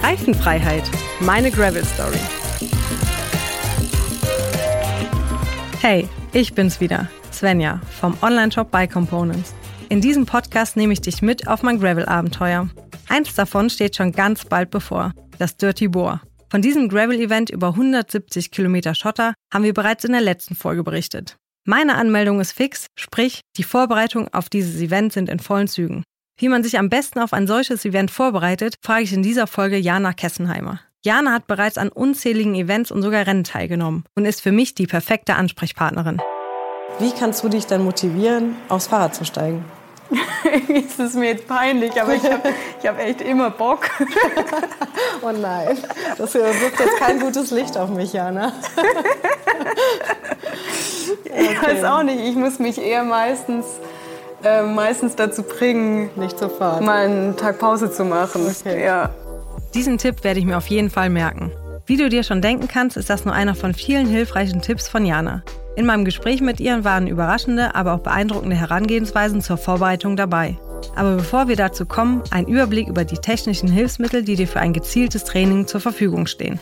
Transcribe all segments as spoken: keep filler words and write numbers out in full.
Reifenfreiheit. Meine Gravel-Story. Hey, ich bin's wieder, Svenja vom Online-Shop Bike Components. In diesem Podcast nehme ich dich mit auf mein Gravel-Abenteuer. Eins davon steht schon ganz bald bevor, das Dirty Boar. Von diesem Gravel-Event über hundertsiebzig Kilometer Schotter haben wir bereits in der letzten Folge berichtet. Meine Anmeldung ist fix, sprich, die Vorbereitungen auf dieses Event sind in vollen Zügen. Wie man sich am besten auf ein solches Event vorbereitet, frage ich in dieser Folge Jana Kessenheimer. Jana hat bereits an unzähligen Events und sogar Rennen teilgenommen und ist für mich die perfekte Ansprechpartnerin. Wie kannst du dich dann motivieren, aufs Fahrrad zu steigen? Es ist mir jetzt peinlich, aber ich habe ich hab echt immer Bock. Oh nein, das wirft jetzt kein gutes Licht auf mich, Jana. Okay. Ich weiß auch nicht, ich muss mich eher meistens, äh, meistens dazu bringen, nicht zu fahren, mal einen Tag Pause zu machen. Okay. Ja. Diesen Tipp werde ich mir auf jeden Fall merken. Wie du dir schon denken kannst, ist das nur einer von vielen hilfreichen Tipps von Jana. In meinem Gespräch mit ihr waren überraschende, aber auch beeindruckende Herangehensweisen zur Vorbereitung dabei. Aber bevor wir dazu kommen, ein Überblick über die technischen Hilfsmittel, die dir für ein gezieltes Training zur Verfügung stehen.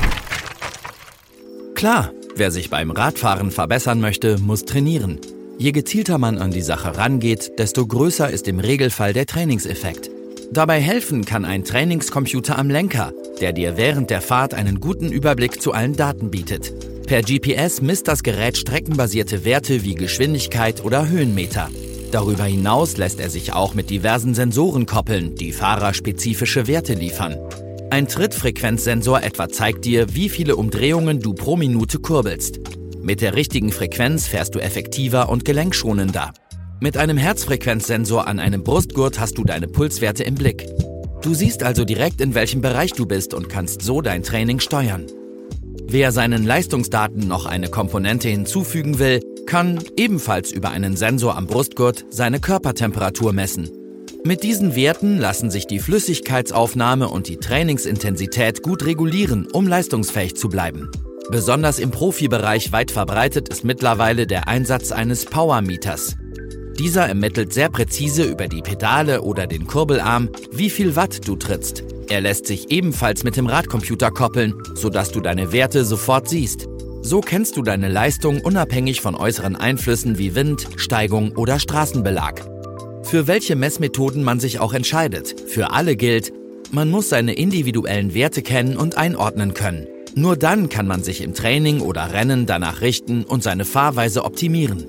Klar, wer sich beim Radfahren verbessern möchte, muss trainieren. Je gezielter man an die Sache rangeht, desto größer ist im Regelfall der Trainingseffekt. Dabei helfen kann ein Trainingscomputer am Lenker, der dir während der Fahrt einen guten Überblick zu allen Daten bietet. Per G P S misst das Gerät streckenbasierte Werte wie Geschwindigkeit oder Höhenmeter. Darüber hinaus lässt er sich auch mit diversen Sensoren koppeln, die fahrerspezifische Werte liefern. Ein Trittfrequenzsensor etwa zeigt dir, wie viele Umdrehungen du pro Minute kurbelst. Mit der richtigen Frequenz fährst du effektiver und gelenkschonender. Mit einem Herzfrequenzsensor an einem Brustgurt hast du deine Pulswerte im Blick. Du siehst also direkt, in welchem Bereich du bist und kannst so dein Training steuern. Wer seinen Leistungsdaten noch eine Komponente hinzufügen will, kann ebenfalls über einen Sensor am Brustgurt seine Körpertemperatur messen. Mit diesen Werten lassen sich die Flüssigkeitsaufnahme und die Trainingsintensität gut regulieren, um leistungsfähig zu bleiben. Besonders im Profibereich weit verbreitet ist mittlerweile der Einsatz eines Powermeters. Dieser ermittelt sehr präzise über die Pedale oder den Kurbelarm, wie viel Watt du trittst. Er lässt sich ebenfalls mit dem Radcomputer koppeln, sodass du deine Werte sofort siehst. So kennst du deine Leistung unabhängig von äußeren Einflüssen wie Wind, Steigung oder Straßenbelag. Für welche Messmethoden man sich auch entscheidet, für alle gilt, man muss seine individuellen Werte kennen und einordnen können. Nur dann kann man sich im Training oder Rennen danach richten und seine Fahrweise optimieren.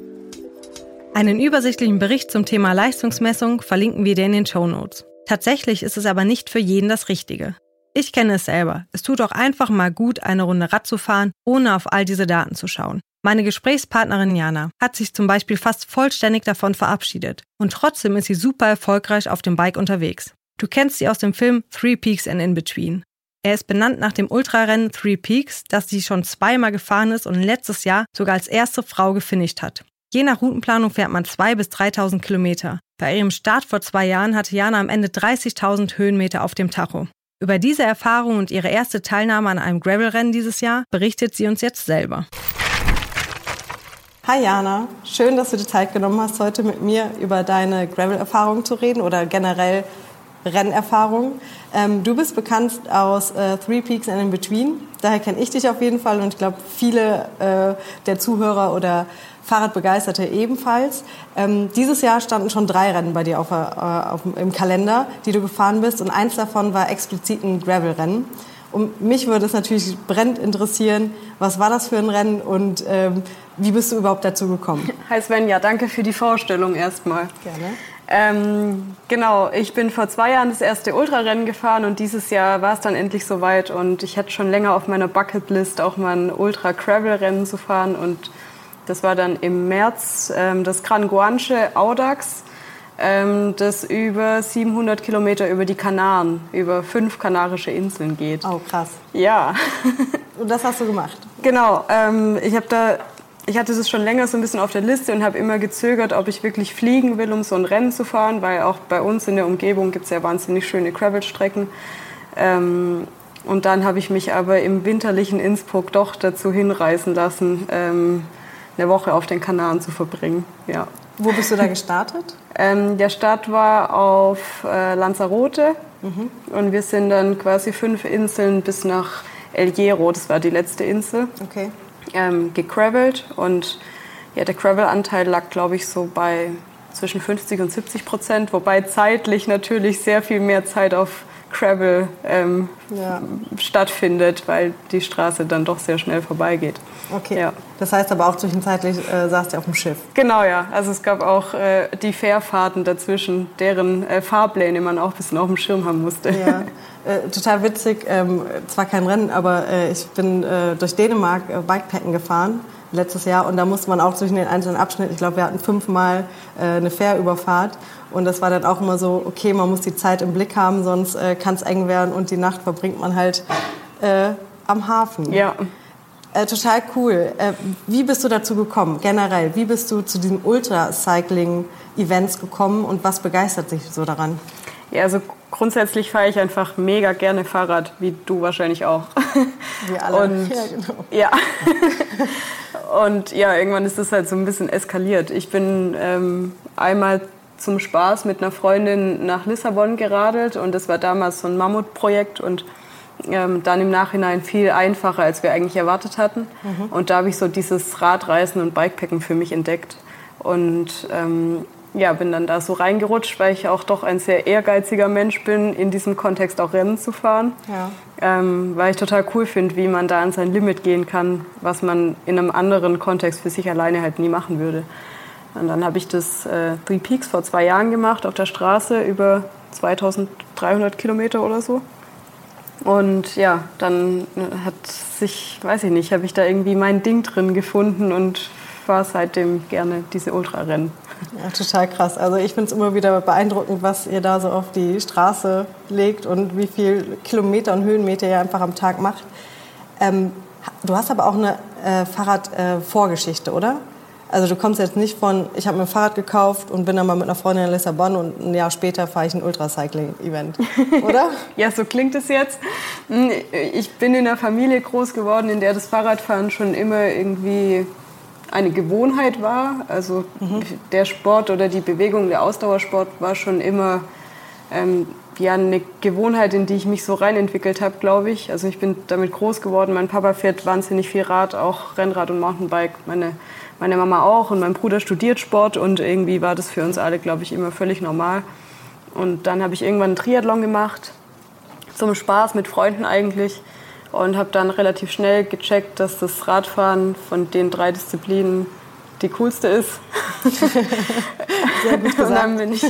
Einen übersichtlichen Bericht zum Thema Leistungsmessung verlinken wir dir in den Shownotes. Tatsächlich ist es aber nicht für jeden das Richtige. Ich kenne es selber. Es tut auch einfach mal gut, eine Runde Rad zu fahren, ohne auf all diese Daten zu schauen. Meine Gesprächspartnerin Jana hat sich zum Beispiel fast vollständig davon verabschiedet. Und trotzdem ist sie super erfolgreich auf dem Bike unterwegs. Du kennst sie aus dem Film Three Peaks and In Between. Er ist benannt nach dem Ultrarennen Three Peaks, das sie schon zweimal gefahren ist und letztes Jahr sogar als erste Frau gefinisht hat. Je nach Routenplanung fährt man zweitausend bis dreitausend Kilometer. Bei ihrem Start vor zwei Jahren hatte Jana am Ende dreißigtausend Höhenmeter auf dem Tacho. Über diese Erfahrung und ihre erste Teilnahme an einem Gravel-Rennen dieses Jahr berichtet sie uns jetzt selber. Hi Jana, schön, dass du dir Zeit genommen hast, heute mit mir über deine Gravel-Erfahrung zu reden oder generell Rennerfahrung. Ähm, du bist bekannt aus äh, Three Peaks and In Between. Daher kenne ich dich auf jeden Fall und ich glaube viele äh, der Zuhörer oder Fahrradbegeisterte ebenfalls. Ähm, dieses Jahr standen schon drei Rennen bei dir auf, äh, auf, im Kalender, die du gefahren bist. Und eins davon war explizit ein Gravel-Rennen. Und mich würde es natürlich brennend interessieren, was war das für ein Rennen und ähm, wie bist du überhaupt dazu gekommen? Hi Svenja, danke für die Vorstellung erstmal. Gerne. Ähm, genau, ich bin vor zwei Jahren das erste Ultrarennen gefahren und dieses Jahr war es dann endlich soweit. Und ich hatte schon länger auf meiner Bucketlist auch mal ein Ultra-Gravel-Rennen zu fahren und das war dann im März ähm, das Gran Guanche Audax, ähm, das über siebenhundert Kilometer über die Kanaren, über fünf kanarische Inseln geht. Oh, krass. Ja. Und das hast du gemacht? Genau. Ähm, ich habe da, ich hatte das schon länger so ein bisschen auf der Liste und habe immer gezögert, ob ich wirklich fliegen will, um so ein Rennen zu fahren, weil auch bei uns in der Umgebung gibt es ja wahnsinnig schöne Gravelstrecken. Ähm, und dann habe ich mich aber im winterlichen Innsbruck doch dazu hinreißen lassen, ähm, eine Woche auf den Kanaren zu verbringen. Ja. Wo bist du da gestartet? Ähm, der Start war auf äh, Lanzarote Mhm. Und wir sind dann quasi fünf Inseln bis nach El Hierro, das war die letzte Insel, okay. ähm, gecravelt. Und ja, der Gravel-Anteil lag, glaube ich, so bei zwischen fünfzig und siebzig Prozent, wobei zeitlich natürlich sehr viel mehr Zeit auf Gravel ähm, ja. stattfindet, weil die Straße dann doch sehr schnell vorbeigeht. Okay, ja. Das heißt aber auch zwischenzeitlich äh, saßt ihr auf dem Schiff? Genau, ja. Also es gab auch äh, die Fährfahrten dazwischen, deren äh, Fahrpläne man auch ein bisschen auf dem Schirm haben musste. Ja, äh, total witzig. Ähm, zwar kein Rennen, aber äh, ich bin äh, durch Dänemark äh, Bikepacken gefahren letztes Jahr und da musste man auch zwischen den einzelnen Abschnitten, ich glaube, wir hatten fünfmal äh, eine Fährüberfahrt und das war dann auch immer so, okay, man muss die Zeit im Blick haben, sonst äh, kann es eng werden und die Nacht verbringt man halt äh, am Hafen. Ja. Äh, total cool. Äh, wie bist du dazu gekommen, generell? Wie bist du zu diesen Ultracycling-Events gekommen und was begeistert dich so daran? Ja, also grundsätzlich fahre ich einfach mega gerne Fahrrad, wie du wahrscheinlich auch. Wir alle. Und, ja, genau. Ja. Und ja, irgendwann ist das halt so ein bisschen eskaliert. Ich bin ähm, einmal zum Spaß mit einer Freundin nach Lissabon geradelt und das war damals so ein Mammutprojekt und ähm, dann im Nachhinein viel einfacher, als wir eigentlich erwartet hatten. Mhm. Und da habe ich so dieses Radreisen und Bikepacken für mich entdeckt und ähm, ja, bin dann da so reingerutscht, weil ich auch doch ein sehr ehrgeiziger Mensch bin, in diesem Kontext auch Rennen zu fahren. Ja. Ähm, weil ich total cool finde, wie man da an sein Limit gehen kann, was man in einem anderen Kontext für sich alleine halt nie machen würde. Und dann habe ich das äh, Three Peaks vor zwei Jahren gemacht, auf der Straße, über zweitausenddreihundert Kilometer oder so. Und ja, dann hat sich, weiß ich nicht, habe ich da irgendwie mein Ding drin gefunden und fahre seitdem gerne diese Ultrarennen. Ja, total krass. Also ich finde es immer wieder beeindruckend, was ihr da so auf die Straße legt und wie viel Kilometer und Höhenmeter ihr einfach am Tag macht. Ähm, du hast aber auch eine äh, Fahrradvorgeschichte, äh, oder? Also du kommst jetzt nicht von, ich habe mir ein Fahrrad gekauft und bin dann mal mit einer Freundin in Lissabon und ein Jahr später fahre ich ein Ultracycling-Event, oder? Ja, so klingt es jetzt. Ich bin in einer Familie groß geworden, in der das Fahrradfahren schon immer irgendwie eine Gewohnheit war. Also mhm. der Sport oder die Bewegung, der Ausdauersport war schon immer ähm, ja, eine Gewohnheit, in die ich mich so reinentwickelt habe, glaube ich. Also ich bin damit groß geworden. Mein Papa fährt wahnsinnig viel Rad, auch Rennrad und Mountainbike. Meine, meine Mama auch und mein Bruder studiert Sport und irgendwie war das für uns alle, glaube ich, immer völlig normal. Und dann habe ich irgendwann einen Triathlon gemacht, zum Spaß mit Freunden eigentlich. Und habe dann relativ schnell gecheckt, dass das Radfahren von den drei Disziplinen die coolste ist. Sehr gut gesagt. Und dann bin ich,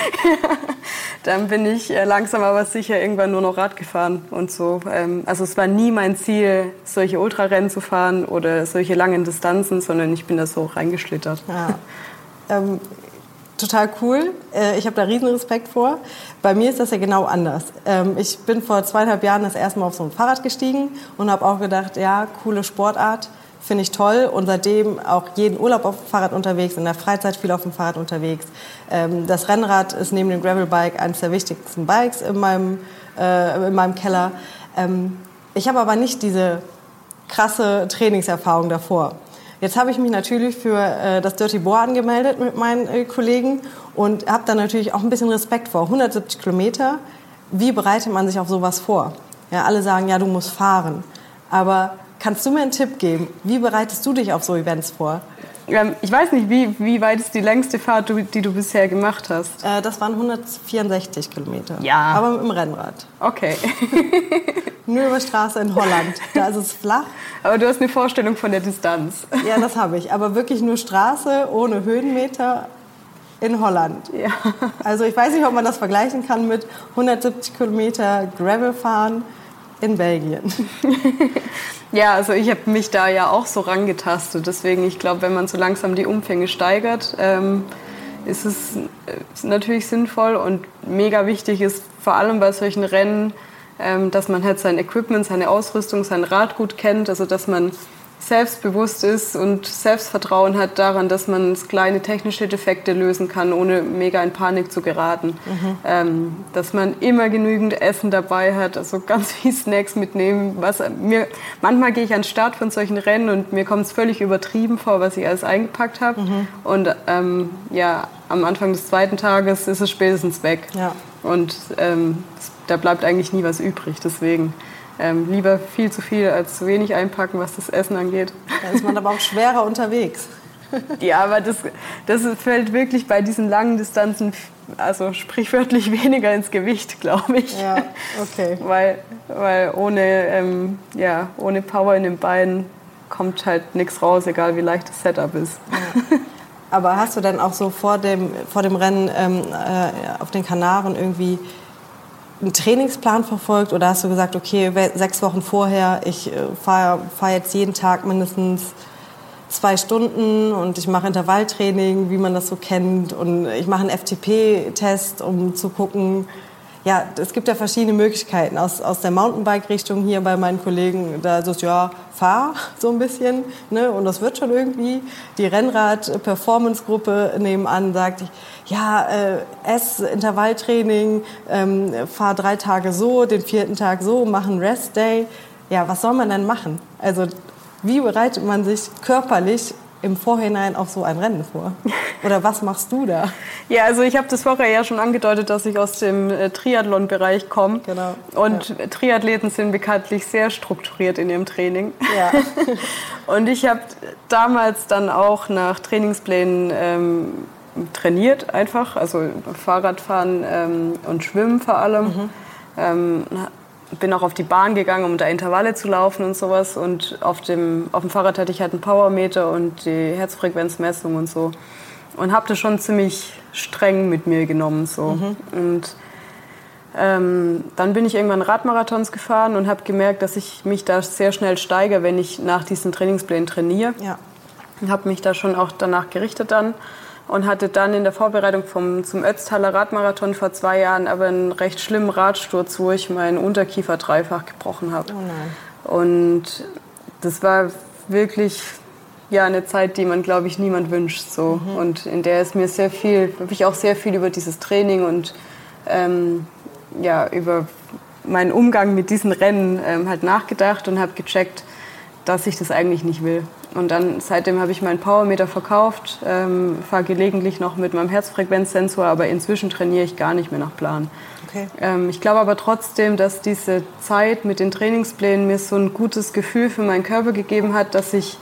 dann bin ich langsam aber sicher irgendwann nur noch Rad gefahren und so. Also es war nie mein Ziel, solche Ultrarennen zu fahren oder solche langen Distanzen, sondern ich bin da so reingeschlittert. Ja. Ähm, total cool. Ich habe da riesen Respekt vor. Bei mir ist das ja genau anders. Ich bin vor zweieinhalb Jahren das erste Mal auf so ein Fahrrad gestiegen und habe auch gedacht, ja, coole Sportart, finde ich toll. Und seitdem auch jeden Urlaub auf dem Fahrrad unterwegs, in der Freizeit viel auf dem Fahrrad unterwegs. Das Rennrad ist neben dem Gravelbike eines der wichtigsten Bikes in meinem, äh, in meinem Keller. Ich habe aber nicht diese krasse Trainingserfahrung davor. Jetzt habe ich mich natürlich für äh, das Dirty Boar angemeldet mit meinen äh, Kollegen und habe da natürlich auch ein bisschen Respekt vor. hundertsiebzig Kilometer, wie bereitet man sich auf sowas vor? Ja, alle sagen, ja, du musst fahren. Aber kannst du mir einen Tipp geben? Wie bereitest du dich auf so Events vor? Ähm, ich weiß nicht, wie, wie weit ist die längste Fahrt, die du bisher gemacht hast? Äh, das waren hundertvierundsechzig Kilometer. Ja. Aber mit dem Rennrad. Okay. Nur über Straße in Holland. Da ist es flach. Aber du hast eine Vorstellung von der Distanz. Ja, das habe ich. Aber wirklich nur Straße, ohne Höhenmeter in Holland. Ja. Also ich weiß nicht, ob man das vergleichen kann mit hundertsiebzig Kilometer Gravel fahren in Belgien. Ja, also ich habe mich da ja auch so rangetastet. Deswegen, ich glaube, wenn man so langsam die Umfänge steigert, ähm, ist es äh, natürlich sinnvoll und mega wichtig ist, vor allem bei solchen Rennen, ähm, dass man halt sein Equipment, seine Ausrüstung, sein Rad gut kennt, also dass man selbstbewusst ist und Selbstvertrauen hat daran, dass man kleine technische Defekte lösen kann, ohne mega in Panik zu geraten. Mhm. Ähm, dass man immer genügend Essen dabei hat, also ganz viel Snacks mitnehmen. Was mir, manchmal gehe ich an den Start von solchen Rennen und mir kommt es völlig übertrieben vor, was ich alles eingepackt habe. Mhm. Und ähm, ja, am Anfang des zweiten Tages ist es spätestens weg. Ja. Und ähm, es da bleibt eigentlich nie was übrig. Deswegen ähm, lieber viel zu viel als zu wenig einpacken, was das Essen angeht. Da ist man aber auch schwerer unterwegs. Ja, aber das, das fällt wirklich bei diesen langen Distanzen, also sprichwörtlich weniger ins Gewicht, glaube ich. Ja, okay. Weil, weil ohne, ähm, ja, ohne Power in den Beinen kommt halt nichts raus, egal wie leicht das Setup ist. Ja. Aber hast du dann auch so vor dem, vor dem Rennen ähm, äh, auf den Kanaren irgendwie einen Trainingsplan verfolgt? Oder hast du gesagt, okay, sechs Wochen vorher, ich äh, fahre fahr jetzt jeden Tag mindestens zwei Stunden und ich mache Intervalltraining, wie man das so kennt, und ich mache einen F T P-Test, um zu gucken. Ja, es gibt ja verschiedene Möglichkeiten. Aus, aus der Mountainbike-Richtung hier bei meinen Kollegen, da so, ja, fahr so ein bisschen, ne, und das wird schon irgendwie. Die Rennrad-Performance-Gruppe nebenan sagt, ja, äh, ess Intervalltraining, ähm, fahr drei Tage so, den vierten Tag so, mach einen Rest-Day. Ja, was soll man denn machen? Also, wie bereitet man sich körperlich im Vorhinein auf so ein Rennen vor? Oder was machst du da? Ja, also ich habe das vorher ja schon angedeutet, dass ich aus dem äh, Triathlon-Bereich komme. Genau. Und ja. Triathleten sind bekanntlich sehr strukturiert in ihrem Training. Ja. Und ich habe damals dann auch nach Trainingsplänen ähm, trainiert einfach, also Fahrradfahren ähm, und Schwimmen vor allem. Mhm. Ähm, bin auch auf die Bahn gegangen, um da Intervalle zu laufen und sowas. Und auf dem, auf dem Fahrrad hatte ich halt einen Powermeter und die Herzfrequenzmessung und so. Und habe das schon ziemlich streng mit mir genommen. So. Mhm. Und ähm, dann bin ich irgendwann Radmarathons gefahren und habe gemerkt, dass ich mich da sehr schnell steigere, wenn ich nach diesen Trainingsplänen trainiere. Ja. Und habe mich da schon auch danach gerichtet dann. Und hatte dann in der Vorbereitung vom, zum Ötztaler Radmarathon vor zwei Jahren aber einen recht schlimmen Radsturz, wo ich meinen Unterkiefer dreifach gebrochen habe. Oh nein. Und das war wirklich ja, eine Zeit, die man, glaube ich, niemand wünscht. So. Mhm. Und in der ist mir sehr viel, habe ich auch sehr viel über dieses Training und ähm, ja, über meinen Umgang mit diesen Rennen ähm, halt nachgedacht und habe gecheckt, dass ich das eigentlich nicht will. Und dann seitdem habe ich meinen Powermeter verkauft, ähm, fahre gelegentlich noch mit meinem Herzfrequenzsensor, aber inzwischen trainiere ich gar nicht mehr nach Plan. Okay. Ähm, ich glaube aber trotzdem, dass diese Zeit mit den Trainingsplänen mir so ein gutes Gefühl für meinen Körper gegeben hat, dass ich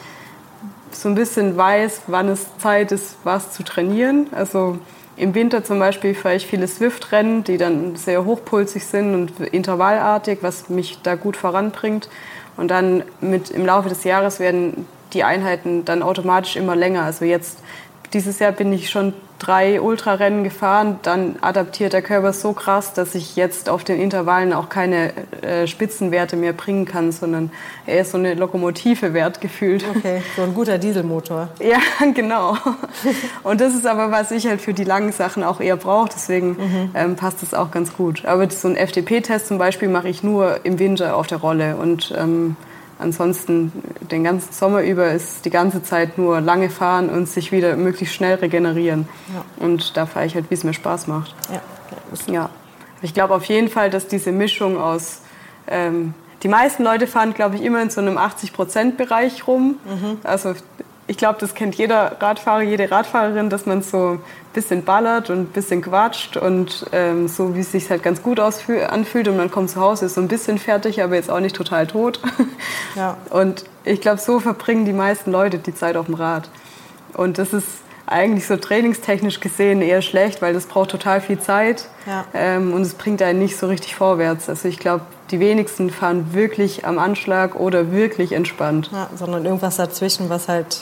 so ein bisschen weiß, wann es Zeit ist, was zu trainieren. Also im Winter zum Beispiel fahre ich viele Swift-Rennen, die dann sehr hochpulsig sind und intervallartig, was mich da gut voranbringt. Und dann mit, im Laufe des Jahres werden die Einheiten dann automatisch immer länger. Also jetzt, dieses Jahr bin ich schon drei Ultrarennen gefahren, dann adaptiert der Körper so krass, dass ich jetzt auf den Intervallen auch keine äh, Spitzenwerte mehr bringen kann, sondern er ist so eine Lokomotive wert gefühlt. Okay, so ein guter Dieselmotor. Ja, genau. Und das ist aber, was ich halt für die langen Sachen auch eher brauche, deswegen mhm. ähm, passt das auch ganz gut. Aber so einen F T P-Test zum Beispiel mache ich nur im Winter auf der Rolle und ähm, ansonsten den ganzen Sommer über ist die ganze Zeit nur lange fahren und sich wieder möglichst schnell regenerieren. Ja. Und da fahre ich halt, wie es mir Spaß macht. Ja. Ja. Ich glaube auf jeden Fall, dass diese Mischung aus... Ähm, die meisten Leute fahren, glaube ich, immer in so einem achtzig Prozent Bereich rum. Mhm. Also ich glaube, das kennt jeder Radfahrer, jede Radfahrerin, dass man so ein bisschen ballert und ein bisschen quatscht und ähm, so, wie es sich halt ganz gut anfühlt und man kommt zu Hause, ist so ein bisschen fertig, aber jetzt auch nicht total tot. Ja. Und ich glaube, so verbringen die meisten Leute die Zeit auf dem Rad. Und das ist eigentlich so trainingstechnisch gesehen eher schlecht, weil das braucht total viel Zeit ja. ähm, und es bringt einen nicht so richtig vorwärts. Also ich glaube, die wenigsten fahren wirklich am Anschlag oder wirklich entspannt. Ja, sondern irgendwas dazwischen, was halt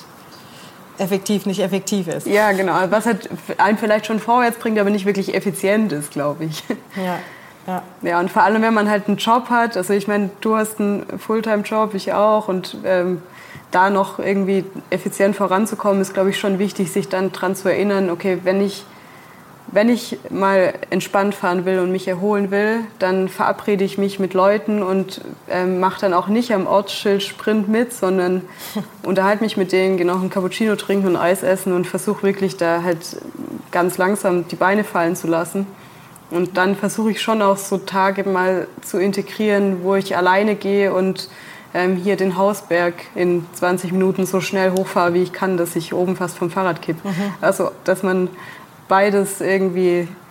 effektiv nicht effektiv ist. Ja, genau. Was halt einen vielleicht schon vorwärts bringt, aber nicht wirklich effizient ist, glaube ich. Ja, ja. Ja, und vor allem, wenn man halt einen Job hat, also ich meine, du hast einen Fulltime-Job, ich auch, und ähm, da noch irgendwie effizient voranzukommen, ist, glaube ich, schon wichtig, sich dann dran zu erinnern, okay, wenn ich, wenn ich mal entspannt fahren will und mich erholen will, dann verabrede ich mich mit Leuten und ähm, mache dann auch nicht am Ortsschild Sprint mit, sondern unterhalte mich mit denen, gehe noch einen Cappuccino trinken und Eis essen und versuche wirklich da halt ganz langsam die Beine fallen zu lassen. Und dann versuche ich schon auch so Tage mal zu integrieren, wo ich alleine gehe und ähm, hier den Hausberg in zwanzig Minuten so schnell hochfahre, wie ich kann, dass ich oben fast vom Fahrrad kippe. Mhm. Also, dass man beides irgendwie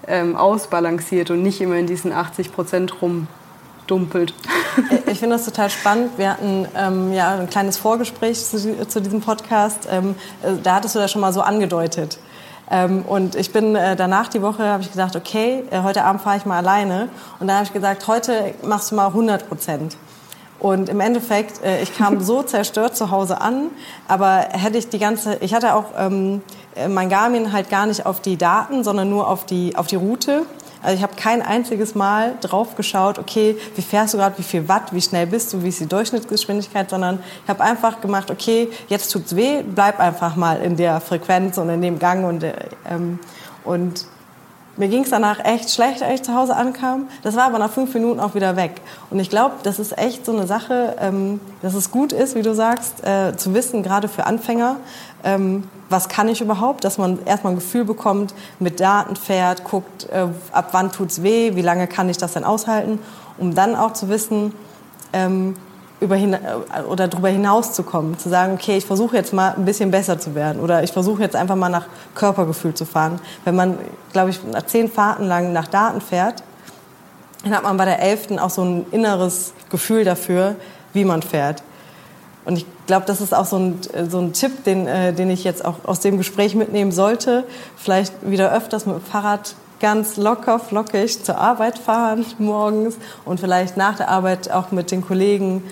ähm, ausbalanciert und nicht immer in diesen achtzig Prozent rumdumpelt. Ich finde das total spannend. Wir hatten ähm, ja ein kleines Vorgespräch zu, zu diesem Podcast. Ähm, da hattest du das schon mal so angedeutet. Ähm, und ich bin äh, danach die Woche, habe ich gesagt, okay, äh, heute Abend fahre ich mal alleine. Und dann habe ich gesagt, heute machst du mal hundert Prozent. Und im Endeffekt, äh, ich kam so zerstört zu Hause an, aber hätte ich die ganze, ich hatte auch ähm, mein Garmin halt gar nicht auf die Daten, sondern nur auf die, auf die Route. Also ich habe kein einziges Mal drauf geschaut, okay, wie fährst du gerade, wie viel Watt, wie schnell bist du, wie ist die Durchschnittsgeschwindigkeit, sondern ich habe einfach gemacht, okay, jetzt tut's weh, bleib einfach mal in der Frequenz und in dem Gang und, ähm, und mir ging es danach echt schlecht, als ich zu Hause ankam. Das war aber nach fünf Minuten auch wieder weg. Und ich glaube, das ist echt so eine Sache, ähm, dass es gut ist, wie du sagst, äh, zu wissen, gerade für Anfänger, ähm, was kann ich überhaupt, dass man erstmal ein Gefühl bekommt, mit Daten fährt, guckt, äh, ab wann tut's weh, wie lange kann ich das denn aushalten, um dann auch zu wissen, ähm, über hin, oder darüber hinaus zu kommen, zu sagen, okay, ich versuche jetzt mal ein bisschen besser zu werden oder ich versuche jetzt einfach mal nach Körpergefühl zu fahren. Wenn man, glaube ich, nach zehn Fahrten lang nach Daten fährt, dann hat man bei der elften auch so ein inneres Gefühl dafür, wie man fährt. Und ich glaube, das ist auch so ein, so ein Tipp, den, äh, den ich jetzt auch aus dem Gespräch mitnehmen sollte. Vielleicht wieder öfters mit dem Fahrrad ganz locker, flockig zur Arbeit fahren morgens und vielleicht nach der Arbeit auch mit den Kollegen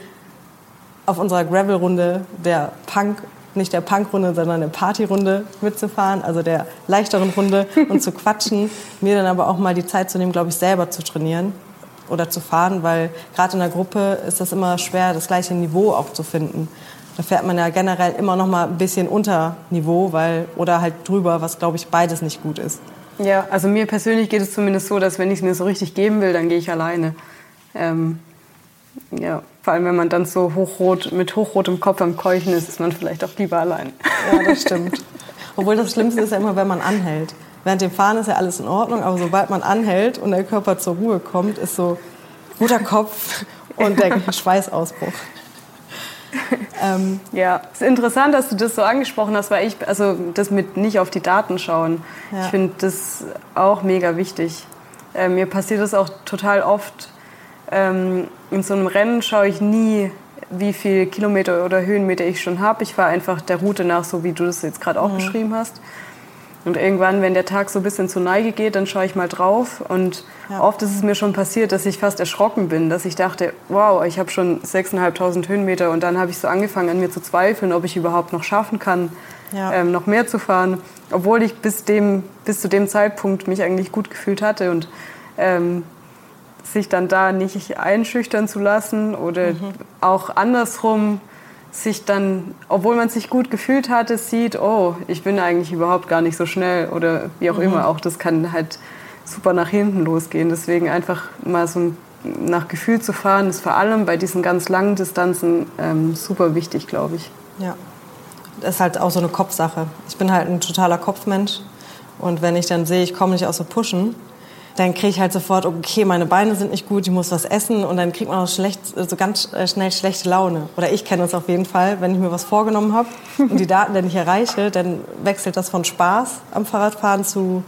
auf unserer Gravel-Runde, der Punk, nicht der Punk-Runde, sondern der Party-Runde mitzufahren, also der leichteren Runde und zu quatschen. Mir dann aber auch mal die Zeit zu nehmen, glaube ich, selber zu trainieren oder zu fahren, weil gerade in der Gruppe ist das immer schwer, das gleiche Niveau auch zu finden. Da fährt man ja generell immer noch mal ein bisschen unter Niveau, weil, oder halt drüber, was, glaube ich, beides nicht gut ist. Ja, also mir persönlich geht es zumindest so, dass wenn ich es mir so richtig geben will, dann gehe ich alleine. Ähm, ja, vor allem wenn man dann so hochrot, mit hochrotem Kopf am Keuchen ist, ist man vielleicht auch lieber allein. Ja, das stimmt. Obwohl das Schlimmste ist ja immer, wenn man anhält. Während dem Fahren ist ja alles in Ordnung, aber sobald man anhält und der Körper zur Ruhe kommt, ist so guter Kopf und der Schweißausbruch. ähm, ja, es ist interessant, dass du das so angesprochen hast, weil ich, also das mit nicht auf die Daten schauen, ja. Ich finde das auch mega wichtig. Äh, mir passiert das auch total oft. Ähm, in so einem Rennen schaue ich nie, wie viel Kilometer oder Höhenmeter ich schon habe. Ich fahre einfach der Route nach, so wie du das jetzt gerade auch mhm. beschrieben hast. Und irgendwann, wenn der Tag so ein bisschen zur Neige geht, dann schaue ich mal drauf. Und ja. Oft ist es mir schon passiert, dass ich fast erschrocken bin, dass ich dachte, wow, ich habe schon sechstausendfünfhundert Höhenmeter. Und dann habe ich so angefangen, an mir zu zweifeln, ob ich überhaupt noch schaffen kann, ja. ähm, noch mehr zu fahren. Obwohl ich bis, dem, bis zu dem Zeitpunkt mich eigentlich gut gefühlt hatte. Und ähm, sich dann da nicht einschüchtern zu lassen oder mhm. auch andersrum sich dann, obwohl man sich gut gefühlt hatte, sieht, oh, ich bin eigentlich überhaupt gar nicht so schnell oder wie auch mhm. immer. Auch das kann halt super nach hinten losgehen. Deswegen einfach mal so nach Gefühl zu fahren, ist vor allem bei diesen ganz langen Distanzen ähm, super wichtig, glaube ich. Ja, das ist halt auch so eine Kopfsache. Ich bin halt ein totaler Kopfmensch und wenn ich dann sehe, ich komme nicht aus dem Pushen, dann kriege ich halt sofort, okay, meine Beine sind nicht gut, ich muss was essen und dann kriegt man auch schlecht, so ganz schnell schlechte Laune. Oder ich kenne es auf jeden Fall, wenn ich mir was vorgenommen habe und die Daten dann nicht erreiche, dann wechselt das von Spaß am Fahrradfahren zu,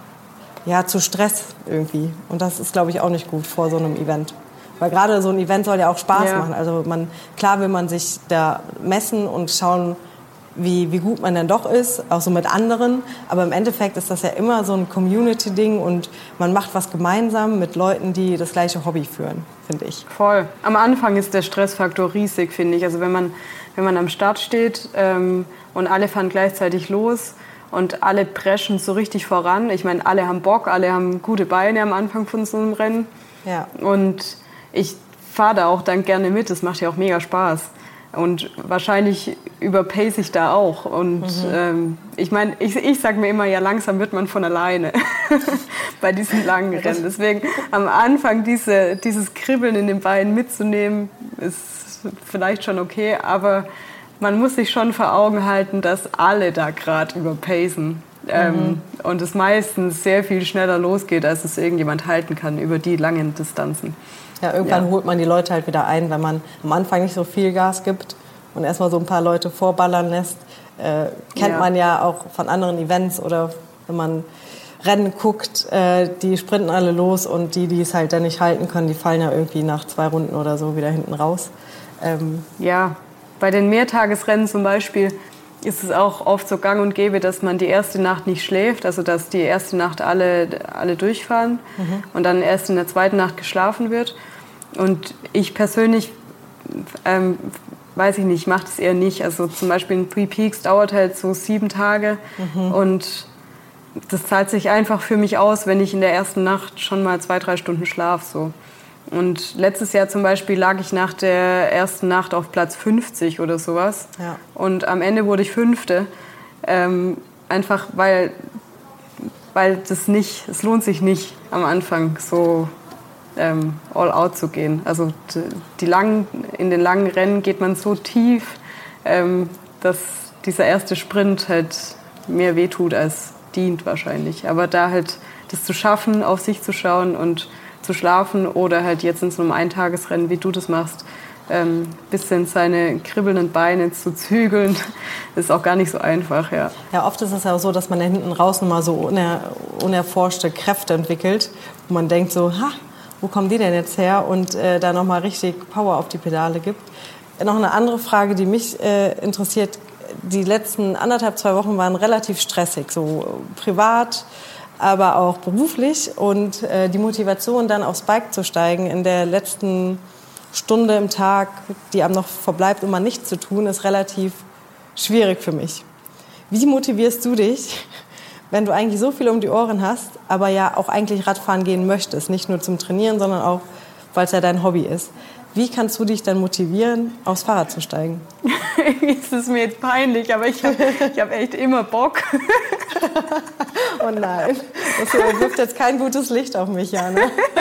ja, zu Stress irgendwie. Und das ist, glaube ich, auch nicht gut vor so einem Event. Weil gerade so ein Event soll ja auch Spaß ja. machen. Also man, klar will man sich da messen und schauen, Wie, wie gut man dann doch ist, auch so mit anderen. Aber im Endeffekt ist das ja immer so ein Community-Ding und man macht was gemeinsam mit Leuten, die das gleiche Hobby führen, finde ich. Voll. Am Anfang ist der Stressfaktor riesig, finde ich. Also wenn man, wenn man am Start steht ähm, und alle fahren gleichzeitig los und alle preschen so richtig voran. Ich meine, alle haben Bock, alle haben gute Beine am Anfang von so einem Rennen. Ja. Und ich fahre da auch dann gerne mit, das macht ja auch mega Spaß. Und wahrscheinlich überpace ich da auch. Und mhm. ähm, ich meine, ich, ich sage mir immer, ja, langsam wird man von alleine bei diesen langen Rennen. Deswegen am Anfang diese, dieses Kribbeln in den Beinen mitzunehmen, ist vielleicht schon okay. Aber man muss sich schon vor Augen halten, dass alle da gerade überpacen. Mhm. Ähm, und es meistens sehr viel schneller losgeht, als es irgendjemand halten kann über die langen Distanzen. Ja, irgendwann ja. holt man die Leute halt wieder ein, wenn man am Anfang nicht so viel Gas gibt und erstmal so ein paar Leute vorballern lässt. Äh, kennt ja. man ja auch von anderen Events oder wenn man Rennen guckt, äh, die sprinten alle los und die, die es halt dann nicht halten können, die fallen ja irgendwie nach zwei Runden oder so wieder hinten raus. Ähm ja, bei den Mehrtagesrennen zum Beispiel ist es auch oft so gang und gäbe, dass man die erste Nacht nicht schläft, also dass die erste Nacht alle, alle durchfahren mhm. und dann erst in der zweiten Nacht geschlafen wird. Und ich persönlich, ähm, weiß ich nicht, mache das eher nicht. Also zum Beispiel ein Three Peaks dauert halt so sieben Tage mhm. und das zahlt sich einfach für mich aus, wenn ich in der ersten Nacht schon mal zwei, drei Stunden schlafe. So. Und letztes Jahr zum Beispiel lag ich nach der ersten Nacht auf Platz fünfzig oder sowas. Ja. Und am Ende wurde ich Fünfte. Ähm, einfach weil, weil das nicht, es lohnt sich nicht am Anfang so ähm, all out zu gehen. Also die langen, in den langen Rennen geht man so tief, ähm, dass dieser erste Sprint halt mehr wehtut als dient wahrscheinlich. Aber da halt das zu schaffen, auf sich zu schauen und zu schlafen oder halt jetzt in so einem Eintagesrennen, wie du das machst, ähm, bisschen seine kribbelnden Beine zu zügeln, ist auch gar nicht so einfach, ja. Ja, oft ist es ja auch so, dass man da hinten raus nochmal so uner, unerforschte Kräfte entwickelt, wo man denkt so, ha, wo kommen die denn jetzt her? Und äh, da nochmal richtig Power auf die Pedale gibt. Noch eine andere Frage, die mich äh, interessiert. Die letzten anderthalb, zwei Wochen waren relativ stressig, so privat, aber auch beruflich. Und äh, die Motivation, dann aufs Bike zu steigen in der letzten Stunde im Tag, die einem noch verbleibt, um mal nichts zu tun, ist relativ schwierig für mich. Wie motivierst du dich, wenn du eigentlich so viel um die Ohren hast, aber ja auch eigentlich Radfahren gehen möchtest? Nicht nur zum Trainieren, sondern auch, weil es ja dein Hobby ist. Wie kannst du dich dann motivieren, aufs Fahrrad zu steigen? Es ist mir jetzt peinlich, aber ich habe ich hab echt immer Bock. Oh nein, das wirft jetzt kein gutes Licht auf mich, Jana.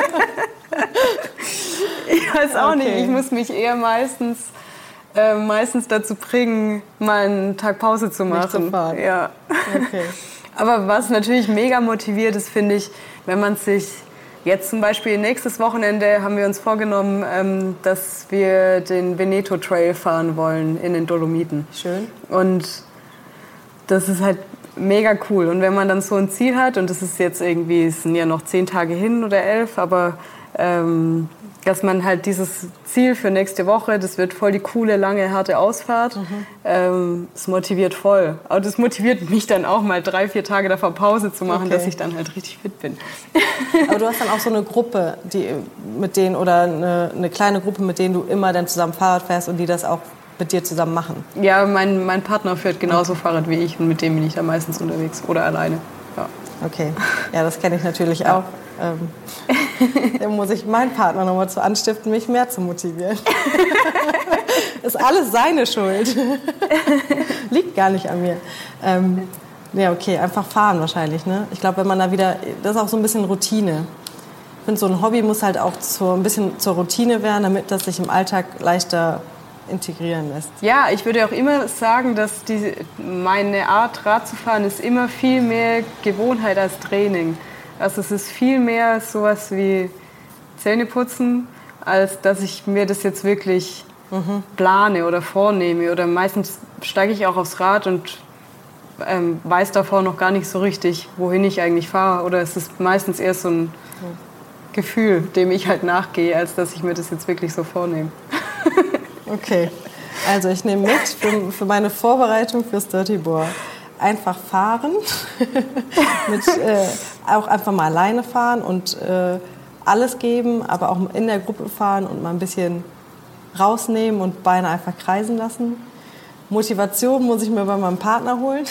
Ich weiß auch okay. nicht, ich muss mich eher meistens, äh, meistens dazu bringen, mal einen Tag Pause zu machen. Nicht zu fahren. Ja. Okay. Aber was natürlich mega motiviert ist, finde ich, wenn man sich jetzt zum Beispiel nächstes Wochenende haben wir uns vorgenommen, ähm, dass wir den Veneto Trail fahren wollen in den Dolomiten. Schön. Und das ist halt mega cool. Und wenn man dann so ein Ziel hat, und das ist jetzt irgendwie, es sind ja noch zehn Tage hin oder elf, aber ähm, dass man halt dieses Ziel für nächste Woche, das wird voll die coole, lange, harte Ausfahrt, mhm. ähm, das motiviert voll. Aber das motiviert mich dann auch mal drei, vier Tage davor Pause zu machen, okay. dass ich dann halt richtig fit bin. Aber du hast dann auch so eine Gruppe, die mit denen, oder eine, eine kleine Gruppe, mit denen du immer dann zusammen Fahrrad fährst und die das auch mit dir zusammen machen? Ja, mein, mein Partner fährt genauso Fahrrad wie ich und mit dem bin ich da meistens unterwegs oder alleine. Ja. Okay, ja, das kenne ich natürlich auch. Ähm, dann muss ich meinen Partner nochmal zu anstiften, mich mehr zu motivieren. Ist alles seine Schuld. Liegt gar nicht an mir. Ähm, ja, okay, einfach fahren wahrscheinlich. Ne? Ich glaube, wenn man da wieder, das ist auch so ein bisschen Routine. Ich finde, so ein Hobby muss halt auch zu, ein bisschen zur Routine werden, damit das sich im Alltag leichter integrieren lässt. Ja, ich würde auch immer sagen, dass die, meine Art, Rad zu fahren, ist immer viel mehr Gewohnheit als Training. Also es ist viel mehr sowas wie Zähneputzen, als dass ich mir das jetzt wirklich mhm. plane oder vornehme. Oder meistens steige ich auch aufs Rad und ähm, weiß davor noch gar nicht so richtig, wohin ich eigentlich fahre. Oder es ist meistens eher so ein mhm. Gefühl, dem ich halt nachgehe, als dass ich mir das jetzt wirklich so vornehme. Okay, also ich nehme mit für, für meine Vorbereitung fürs Dirty Boar. Einfach fahren, mit, äh, auch einfach mal alleine fahren und äh, alles geben, aber auch in der Gruppe fahren und mal ein bisschen rausnehmen und Beine einfach kreisen lassen. Motivation muss ich mir bei meinem Partner holen.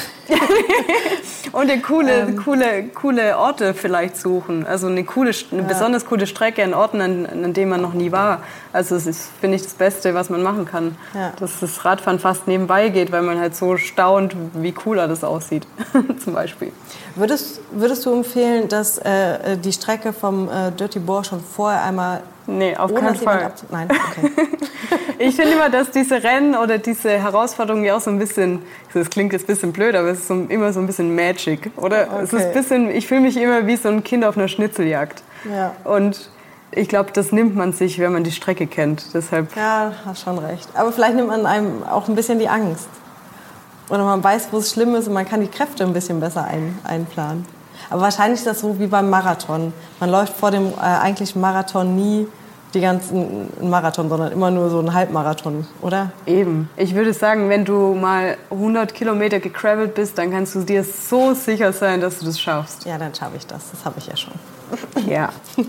Und eine coole, ähm. coole, coole Orte vielleicht suchen. Also eine, coole, eine ja. besonders coole Strecke an Orten, an, an denen man noch nie war. Also das ist, finde ich, das Beste, was man machen kann. Ja. Dass das Radfahren fast nebenbei geht, weil man halt so staunt, wie cooler das aussieht, zum Beispiel. Würdest, würdest du empfehlen, dass äh, die Strecke vom äh, Dirty Boar schon vorher einmal... Nee, auf keinen Fall. Nein, okay. Ich finde immer, dass diese Rennen oder diese Herausforderungen ja auch so ein bisschen, das klingt jetzt ein bisschen blöd, aber es ist so, immer so ein bisschen Magic, oder? Okay. Es ist ein bisschen, ich fühle mich immer wie so ein Kind auf einer Schnitzeljagd. Ja. Und ich glaube, das nimmt man sich, wenn man die Strecke kennt. Deshalb. Ja, hast schon recht. Aber vielleicht nimmt man einem auch ein bisschen die Angst. Oder man weiß, wo es schlimm ist und man kann die Kräfte ein bisschen besser ein, einplanen. Aber wahrscheinlich ist das so wie beim Marathon. Man läuft vor dem äh, eigentlichen Marathon nie die ganzen Marathon, sondern immer nur so einen Halbmarathon, oder? Eben. Ich würde sagen, wenn du mal hundert Kilometer gecravelt bist, dann kannst du dir so sicher sein, dass du das schaffst. Ja, dann schaffe ich das. Das habe ich ja schon. Ja.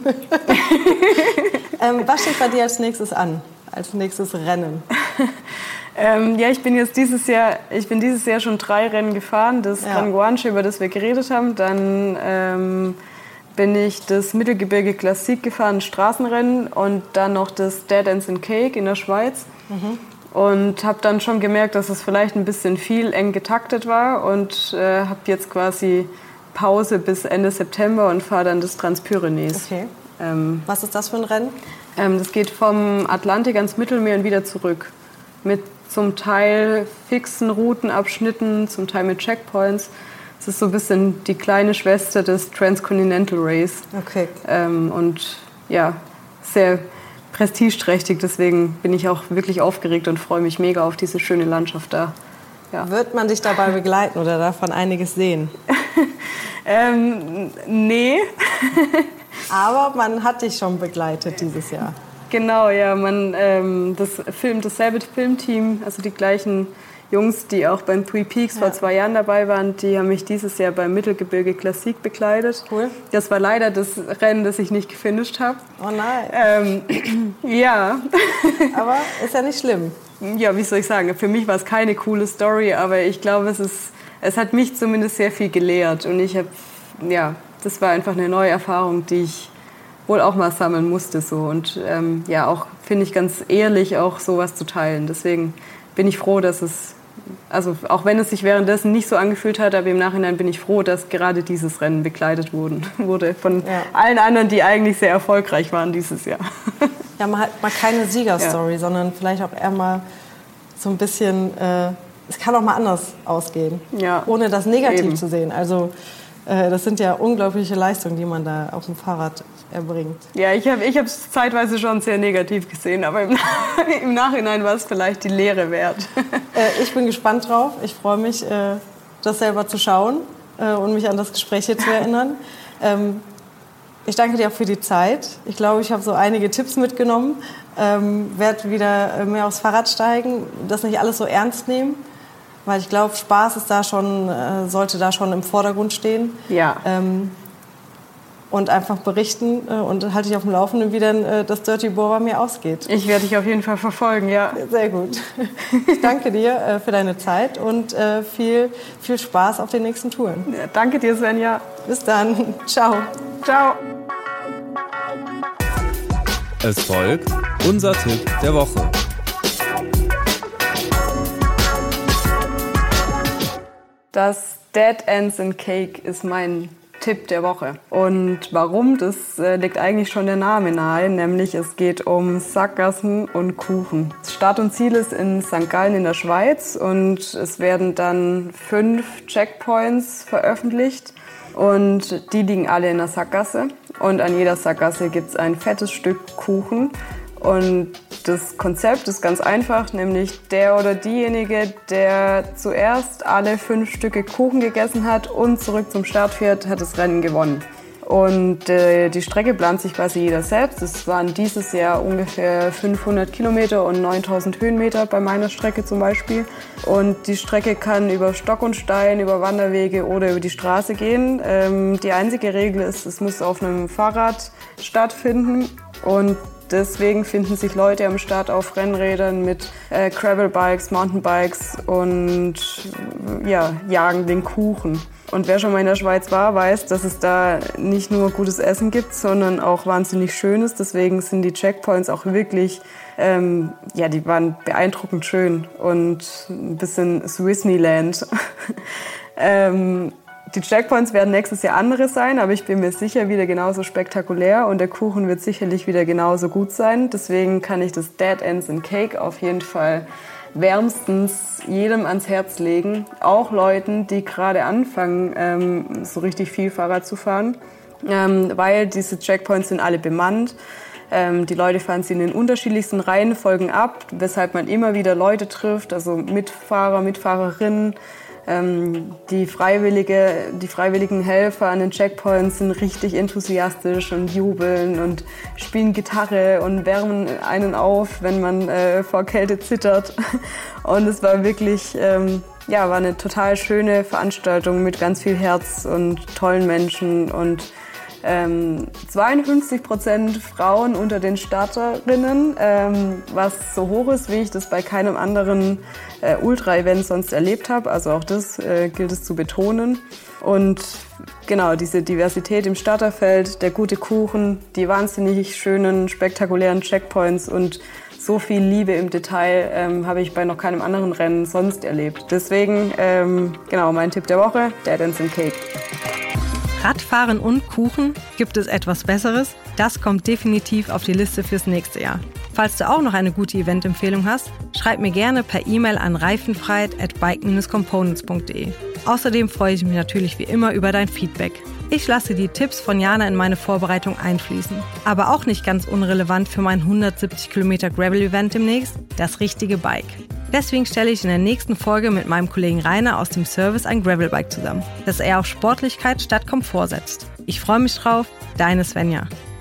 ähm, was steht bei dir als nächstes an? Als nächstes Rennen? ähm, ja, ich bin jetzt dieses Jahr, ich bin dieses Jahr schon drei Rennen gefahren. Das Ja. Gran Guanche, über das wir geredet haben. Dann ähm, bin ich das Mittelgebirge Classique gefahren, ein Straßenrennen, und dann noch das Dead Ends and Cake in der Schweiz. Mhm. Und habe dann schon gemerkt, dass es vielleicht ein bisschen viel eng getaktet war, und äh, habe jetzt quasi Pause bis Ende September und fahre dann das Transpyrenees. Okay. Ähm, Was ist das für ein Rennen? ähm, das geht vom Atlantik ans Mittelmeer und wieder zurück. Mit zum Teil fixen Routenabschnitten, zum Teil mit Checkpoints. Es ist so ein bisschen die kleine Schwester des Transcontinental Race. Okay. Ähm, und ja, sehr prestigeträchtig. Deswegen bin ich auch wirklich aufgeregt und freue mich mega auf diese schöne Landschaft da. Ja. Wird man dich dabei begleiten oder davon einiges sehen? ähm, nee. Aber man hat dich schon begleitet dieses Jahr. Genau, ja. Man, ähm, das filmt dasselbe Filmteam, also die gleichen Jungs, die auch beim Three Peaks ja. vor zwei Jahren dabei waren, die haben mich dieses Jahr beim Mittelgebirge Classique begleitet. Cool. Das war leider das Rennen, das ich nicht gefinisht habe. Oh nein. Ähm, ja. Aber ist ja nicht schlimm. Ja, wie soll ich sagen? Für mich war es keine coole Story, aber ich glaube, es ist, es hat mich zumindest sehr viel gelehrt. Und ich habe, ja, das war einfach eine neue Erfahrung, die ich wohl auch mal sammeln musste. So. Und ähm, ja, auch finde ich ganz ehrlich, auch sowas zu teilen. Deswegen bin ich froh, dass es, also auch wenn es sich währenddessen nicht so angefühlt hat, aber im Nachhinein bin ich froh, dass gerade dieses Rennen begleitet wurden, wurde von ja. allen anderen, die eigentlich sehr erfolgreich waren dieses Jahr. Ja, man hat mal keine Siegerstory, ja. sondern vielleicht auch eher mal so ein bisschen, äh, es kann auch mal anders ausgehen, ja. ohne das negativ Eben. zu sehen. Also äh, das sind ja unglaubliche Leistungen, die man da auf dem Fahrrad erbringt. Ja, ich habe es zeitweise schon sehr negativ gesehen, aber im, im Nachhinein war es vielleicht die Lehre wert. Äh, ich bin gespannt drauf. Ich freue mich, äh, das selber zu schauen äh, und mich an das Gespräch hier zu erinnern. Ähm, ich danke dir auch für die Zeit. Ich glaube, ich habe so einige Tipps mitgenommen. Ähm, werde wieder mehr aufs Fahrrad steigen, das nicht alles so ernst nehmen, weil ich glaube, Spaß ist da schon, äh, sollte da schon im Vordergrund stehen. Ja. Ähm, und einfach berichten äh, und halte ich auf dem Laufenden, wie dann äh, das Dirty Boar bei mir ausgeht. Ich werde dich auf jeden Fall verfolgen, ja. Sehr gut. Ich danke dir äh, für deine Zeit und äh, viel, viel Spaß auf den nächsten Touren. Ja, danke dir, Svenja. Bis dann. Ciao. Ciao. Es folgt unser Tipp der Woche. Das Dead Ends and Cake ist mein Tipp der Woche. Und warum? Das äh, liegt eigentlich schon der Name nahe, nämlich es geht um Sackgassen und Kuchen. Start und Ziel ist in Sankt Gallen in der Schweiz und es werden dann fünf Checkpoints veröffentlicht und die liegen alle in der Sackgasse und an jeder Sackgasse gibt es ein fettes Stück Kuchen. Und das Konzept ist ganz einfach, nämlich der oder diejenige, der zuerst alle fünf Stücke Kuchen gegessen hat und zurück zum Start fährt, hat das Rennen gewonnen. Und äh, die Strecke plant sich quasi jeder selbst. Es waren dieses Jahr ungefähr fünfhundert Kilometer und neuntausend Höhenmeter bei meiner Strecke zum Beispiel. Und die Strecke kann über Stock und Stein, über Wanderwege oder über die Straße gehen. Ähm, die einzige Regel ist, es muss auf einem Fahrrad stattfinden und deswegen finden sich Leute am Start auf Rennrädern mit äh, Gravelbikes, Mountainbikes und ja, jagen den Kuchen. Und wer schon mal in der Schweiz war, weiß, dass es da nicht nur gutes Essen gibt, sondern auch wahnsinnig Schönes. Deswegen sind die Checkpoints auch wirklich, ähm, ja, die waren beeindruckend schön und ein bisschen Swissneyland. ähm, Die Checkpoints werden nächstes Jahr andere sein, aber ich bin mir sicher wieder genauso spektakulär und der Kuchen wird sicherlich wieder genauso gut sein. Deswegen kann ich das Dead Ends and Cake auf jeden Fall wärmstens jedem ans Herz legen. Auch Leuten, die gerade anfangen, ähm, so richtig viel Fahrrad zu fahren, ähm, weil diese Checkpoints sind alle bemannt. Ähm, die Leute fahren sie in den unterschiedlichsten Reihenfolgen ab, weshalb man immer wieder Leute trifft, also Mitfahrer, Mitfahrerinnen, Ähm, die, Freiwillige, die freiwilligen Helfer an den Checkpoints sind richtig enthusiastisch und jubeln und spielen Gitarre und wärmen einen auf, wenn man äh, vor Kälte zittert. Und es war wirklich, ähm, ja, war eine total schöne Veranstaltung mit ganz viel Herz und tollen Menschen und Ähm, zweiundfünfzig Prozent Frauen unter den Starterinnen, ähm, was so hoch ist, wie ich das bei keinem anderen äh, Ultra-Event sonst erlebt habe. Also auch das äh, gilt es zu betonen. Und genau, diese Diversität im Starterfeld, der gute Kuchen, die wahnsinnig schönen, spektakulären Checkpoints und so viel Liebe im Detail ähm, habe ich bei noch keinem anderen Rennen sonst erlebt. Deswegen, ähm, genau, mein Tipp der Woche, der Dancing Cake. Radfahren und Kuchen? Gibt es etwas Besseres? Das kommt definitiv auf die Liste fürs nächste Jahr. Falls du auch noch eine gute Eventempfehlung hast, schreib mir gerne per E-Mail an reifenfreiheit at bike dash components punkt de. Außerdem freue ich mich natürlich wie immer über dein Feedback. Ich lasse die Tipps von Jana in meine Vorbereitung einfließen. Aber auch nicht ganz unrelevant für mein hundertsiebzig Kilometer Gravel-Event demnächst, das richtige Bike. Deswegen stelle ich in der nächsten Folge mit meinem Kollegen Rainer aus dem Service ein Gravelbike zusammen, das eher auf Sportlichkeit statt Komfort setzt. Ich freue mich drauf, deine Svenja.